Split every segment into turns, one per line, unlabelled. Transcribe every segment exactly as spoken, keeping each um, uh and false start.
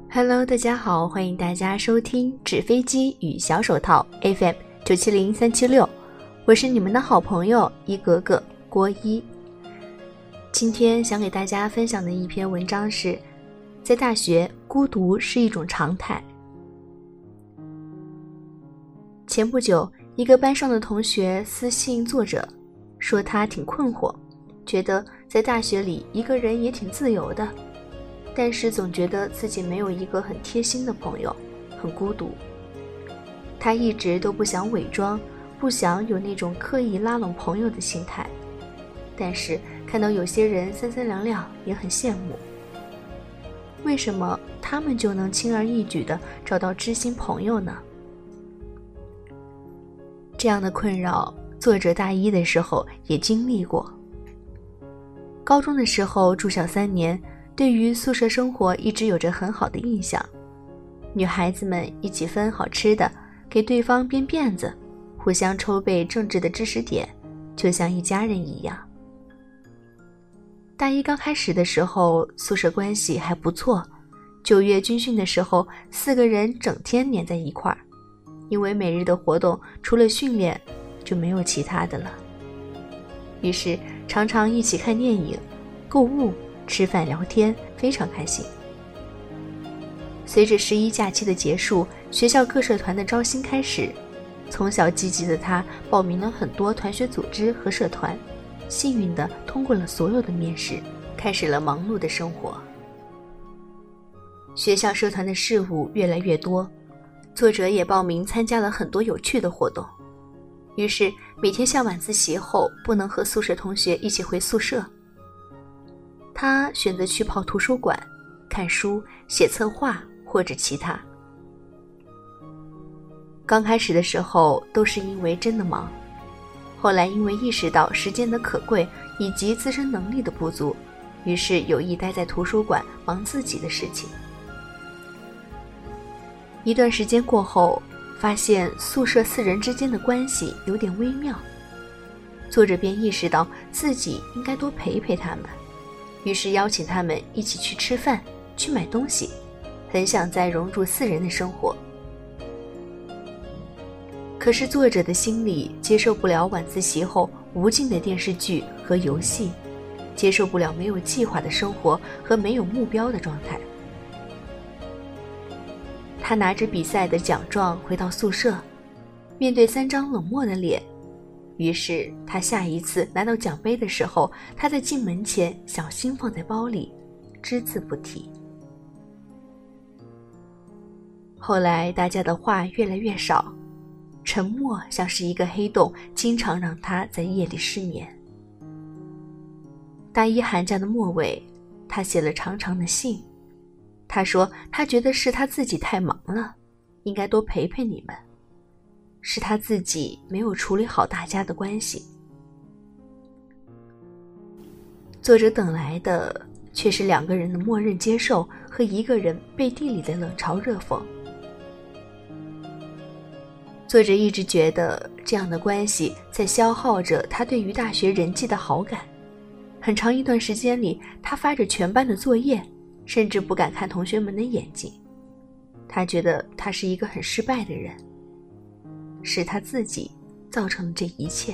Hello， 大家好，欢迎大家收听纸飞机与小手套 F M 九七零三七六，我是你们的好朋友一格格郭一。今天想给大家分享的一篇文章是，在大学孤独是一种常态。前不久，一个班上的同学私信作者，说他挺困惑，觉得在大学里一个人也挺自由的，但是总觉得自己没有一个很贴心的朋友，很孤独。他一直都不想伪装，不想有那种刻意拉拢朋友的心态，但是看到有些人三三两两也很羡慕。为什么他们就能轻而易举地找到知心朋友呢？这样的困扰，作者大一的时候也经历过。高中的时候住校三年，对于宿舍生活一直有着很好的印象。女孩子们一起分好吃的，给对方编辫子，互相抽背政治的知识点，就像一家人一样。大一刚开始的时候，宿舍关系还不错。九月军训的时候，四个人整天黏在一块儿，因为每日的活动除了训练就没有其他的了。于是常常一起看电影、购物、吃饭聊天，非常开心。随着十一假期的结束，学校各社团的招新开始，从小积极的他报名了很多团学组织和社团，幸运地通过了所有的面试，开始了忙碌的生活。学校社团的事务越来越多，作者也报名参加了很多有趣的活动。于是每天下晚自习后不能和宿舍同学一起回宿舍，他选择去泡图书馆看书、写策划或者其他。刚开始的时候都是因为真的忙，后来因为意识到时间的可贵以及自身能力的不足，于是有意待在图书馆忙自己的事情。一段时间过后，发现宿舍四人之间的关系有点微妙，作者便意识到自己应该多陪陪他们，于是邀请他们一起去吃饭，去买东西，很想再融入四人的生活。可是作者的心里接受不了晚自习后无尽的电视剧和游戏，接受不了没有计划的生活和没有目标的状态。他拿着比赛的奖状回到宿舍，面对三张冷漠的脸，于是他下一次拿到奖杯的时候，他在进门前小心放在包里，只字不提。后来大家的话越来越少，沉默像是一个黑洞，经常让他在夜里失眠。大一寒假的末尾，他写了长长的信，他说他觉得是他自己太忙了，应该多陪陪你们，是他自己没有处理好大家的关系。作者等来的却是两个人的默认接受和一个人背地里的冷嘲热讽。作者一直觉得这样的关系在消耗着他对于大学人际的好感。很长一段时间里，他发着全班的作业，甚至不敢看同学们的眼睛。他觉得他是一个很失败的人，是他自己造成的这一切。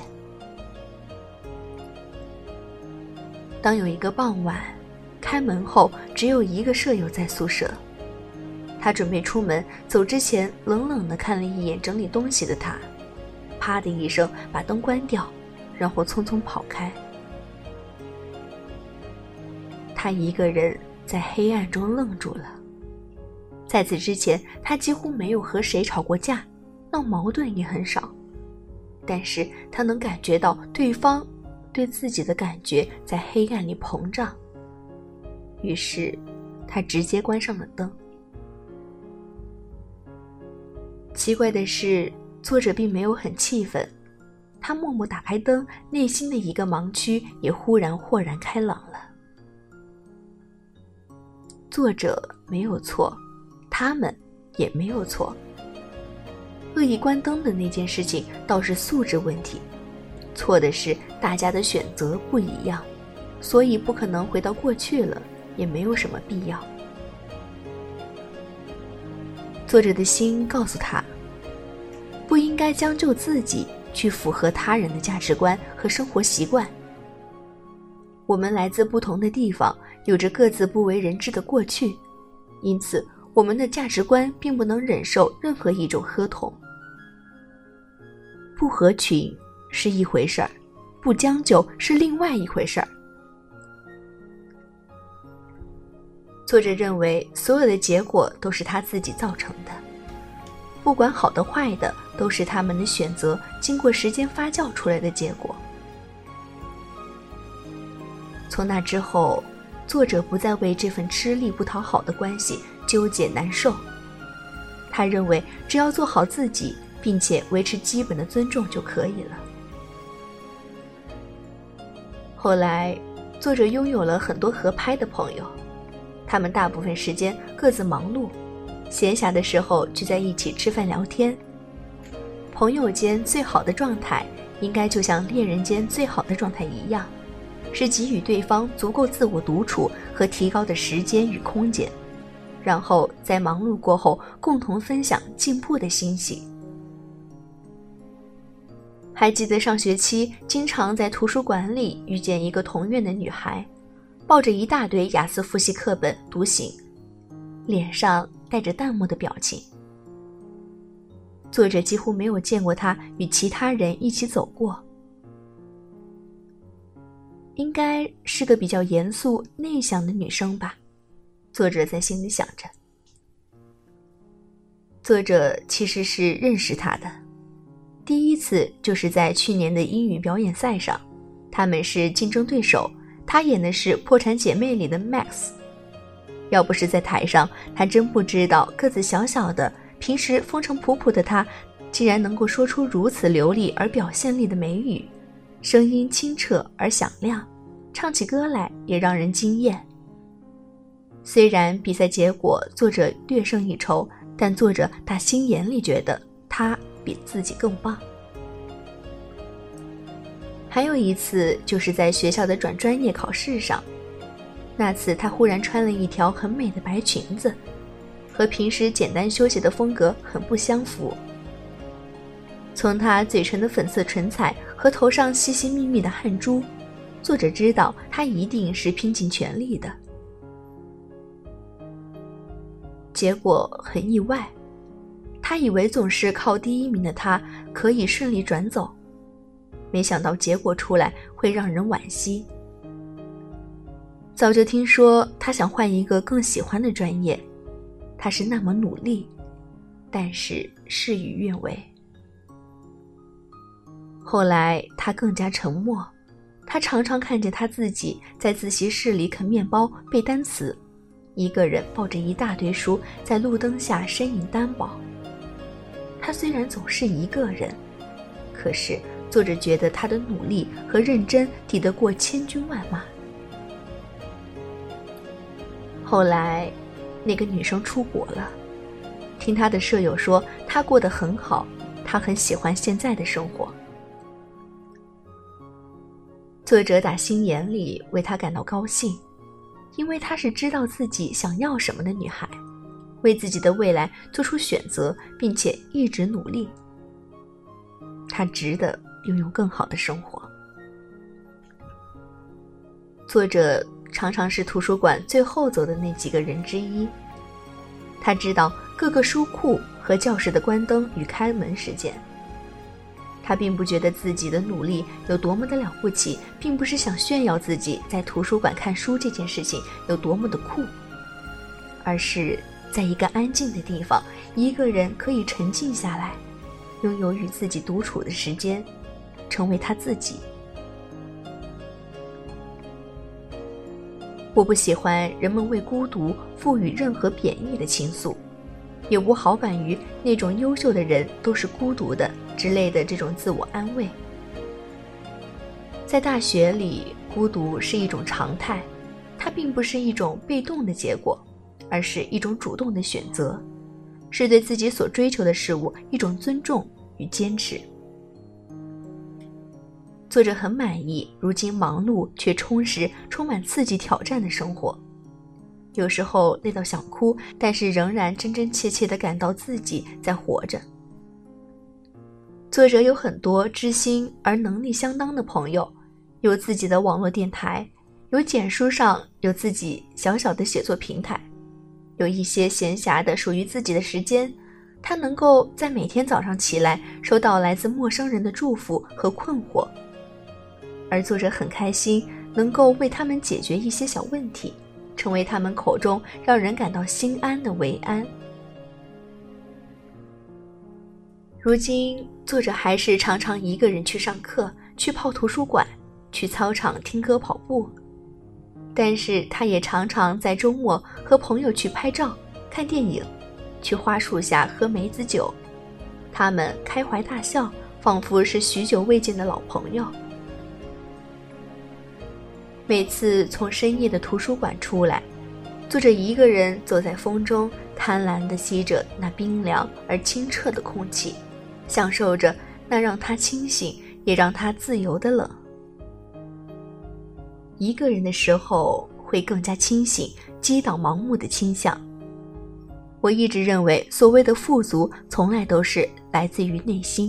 当有一个傍晚，开门后只有一个舍友在宿舍，他准备出门，走之前冷冷地看了一眼整理东西的他，啪的一声把灯关掉，然后匆匆跑开。他一个人在黑暗中愣住了。在此之前，他几乎没有和谁吵过架，闹矛盾也很少，但是他能感觉到对方对自己的感觉在黑暗里膨胀，于是他直接关上了灯。奇怪的是，作者并没有很气愤，他默默打开灯，内心的一个盲区也忽然豁然开朗了。作者没有错，他们也没有错。恶意关灯的那件事情倒是素质问题，错的是大家的选择不一样，所以不可能回到过去了，也没有什么必要。 作者的心告诉他，不应该将就自己去符合他人的价值观和生活习惯。我们来自不同的地方，有着各自不为人知的过去，因此我们的价值观并不能忍受任何一种合同。不合群是一回事儿，不将就，是另外一回事儿。作者认为，所有的结果都是他自己造成的，不管好的坏的，都是他们的选择，经过时间发酵出来的结果。从那之后，作者不再为这份吃力不讨好的关系纠结难受。他认为，只要做好自己，并且维持基本的尊重就可以了。后来，作者拥有了很多合拍的朋友，他们大部分时间各自忙碌，闲暇的时候聚在一起吃饭聊天。朋友间最好的状态，应该就像恋人间最好的状态一样，是给予对方足够自我独处和提高的时间与空间，然后在忙碌过后共同分享进步的欣喜。还记得上学期经常在图书馆里遇见一个同院的女孩，抱着一大堆雅思复习课本独行，脸上带着淡漠的表情。作者几乎没有见过她与其他人一起走过，应该是个比较严肃内向的女生吧，作者在心里想着。作者其实是认识她的，第一次就是在去年的英语表演赛上，他们是竞争对手，她演的是《破产姐妹》里的 Max。 要不是在台上，她真不知道个子小小的，平时风尘仆仆的她，竟然能够说出如此流利而表现力的美语，声音清澈而响亮，唱起歌来也让人惊艳。虽然比赛结果作者略胜一筹，但作者打心眼里觉得她比自己更棒。还有一次就是在学校的转专业考试上，那次她忽然穿了一条很美的白裙子，和平时简单休闲的风格很不相符。从她嘴唇的粉色唇彩和头上细细密密的汗珠，作者知道她一定是拼尽全力的。结果很意外，他以为总是靠第一名的他可以顺利转走，没想到结果出来会让人惋惜。早就听说他想换一个更喜欢的专业，他是那么努力，但是事与愿违。后来他更加沉默，他常常看见他自己在自习室里啃面包背单词，一个人抱着一大堆书在路灯下呻吟单薄。他虽然总是一个人，可是作者觉得他的努力和认真抵得过千军万马。后来那个女生出国了，听她的舍友说她过得很好，她很喜欢现在的生活。作者打心眼里为她感到高兴，因为她是知道自己想要什么的女孩，为自己的未来做出选择，并且一直努力。她值得拥有更好的生活。作者常常是图书馆最后走的那几个人之一，他知道各个书库和教室的关灯与开门时间。他并不觉得自己的努力有多么的了不起，并不是想炫耀自己在图书馆看书这件事情有多么的酷，而是在一个安静的地方，一个人可以沉静下来，拥有与自己独处的时间，成为他自己。我不喜欢人们为孤独赋予任何贬义的情愫，也无好感于那种优秀的人都是孤独的之类的这种自我安慰。在大学里，孤独是一种常态，它并不是一种被动的结果，而是一种主动的选择，是对自己所追求的事物一种尊重与坚持。作者很满意如今忙碌却充实、充满刺激挑战的生活。 有时候累到想哭，但是仍然真真切切地感到自己在活着。作者有很多知心而能力相当的朋友，有自己的网络电台，有简书上有自己小小的写作平台，有一些闲暇的属于自己的时间，他能够在每天早上起来收到来自陌生人的祝福和困惑，而作者很开心能够为他们解决一些小问题，成为他们口中让人感到心安的慰安。如今作者还是常常一个人去上课，去泡图书馆，去操场听歌跑步，但是他也常常在周末和朋友去拍照、看电影，去花树下喝梅子酒，他们开怀大笑，仿佛是许久未见的老朋友。每次从深夜的图书馆出来，作者一个人走在风中，贪婪地吸着那冰凉而清澈的空气，享受着那让他清醒也让他自由的冷。一个人的时候会更加清醒，击倒盲目的倾向。我一直认为所谓的富足从来都是来自于内心。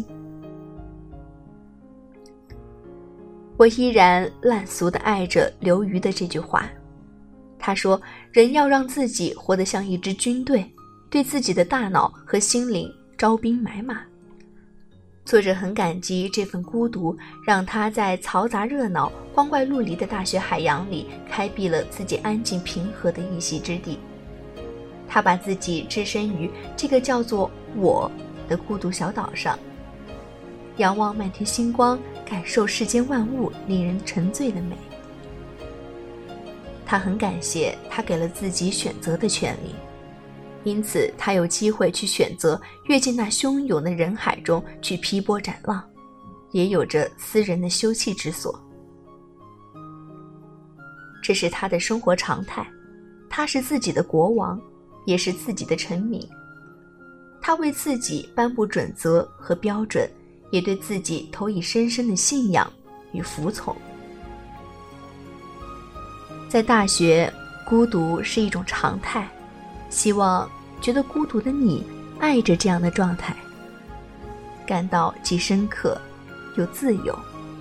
我依然烂俗地爱着刘瑜的这句话，他说人要让自己活得像一支军队，对自己的大脑和心灵招兵买马。作者很感激这份孤独，让他在嘈杂热闹、光怪陆离的大学海洋里开辟了自己安静平和的一席之地。他把自己置身于这个叫做我的孤独小岛上，仰望漫天星光，感受世间万物令人沉醉的美。他很感谢他给了自己选择的权利，因此他有机会去选择跃进那汹涌的人海中去劈波斩浪，也有着私人的休憩之所。这是他的生活常态，他是自己的国王，也是自己的臣民。他为自己颁布准则和标准，也对自己投以深深的信仰与服从。在大学，孤独是一种常态，希望觉得孤独的你爱着这样的状态，感到既深刻又自由。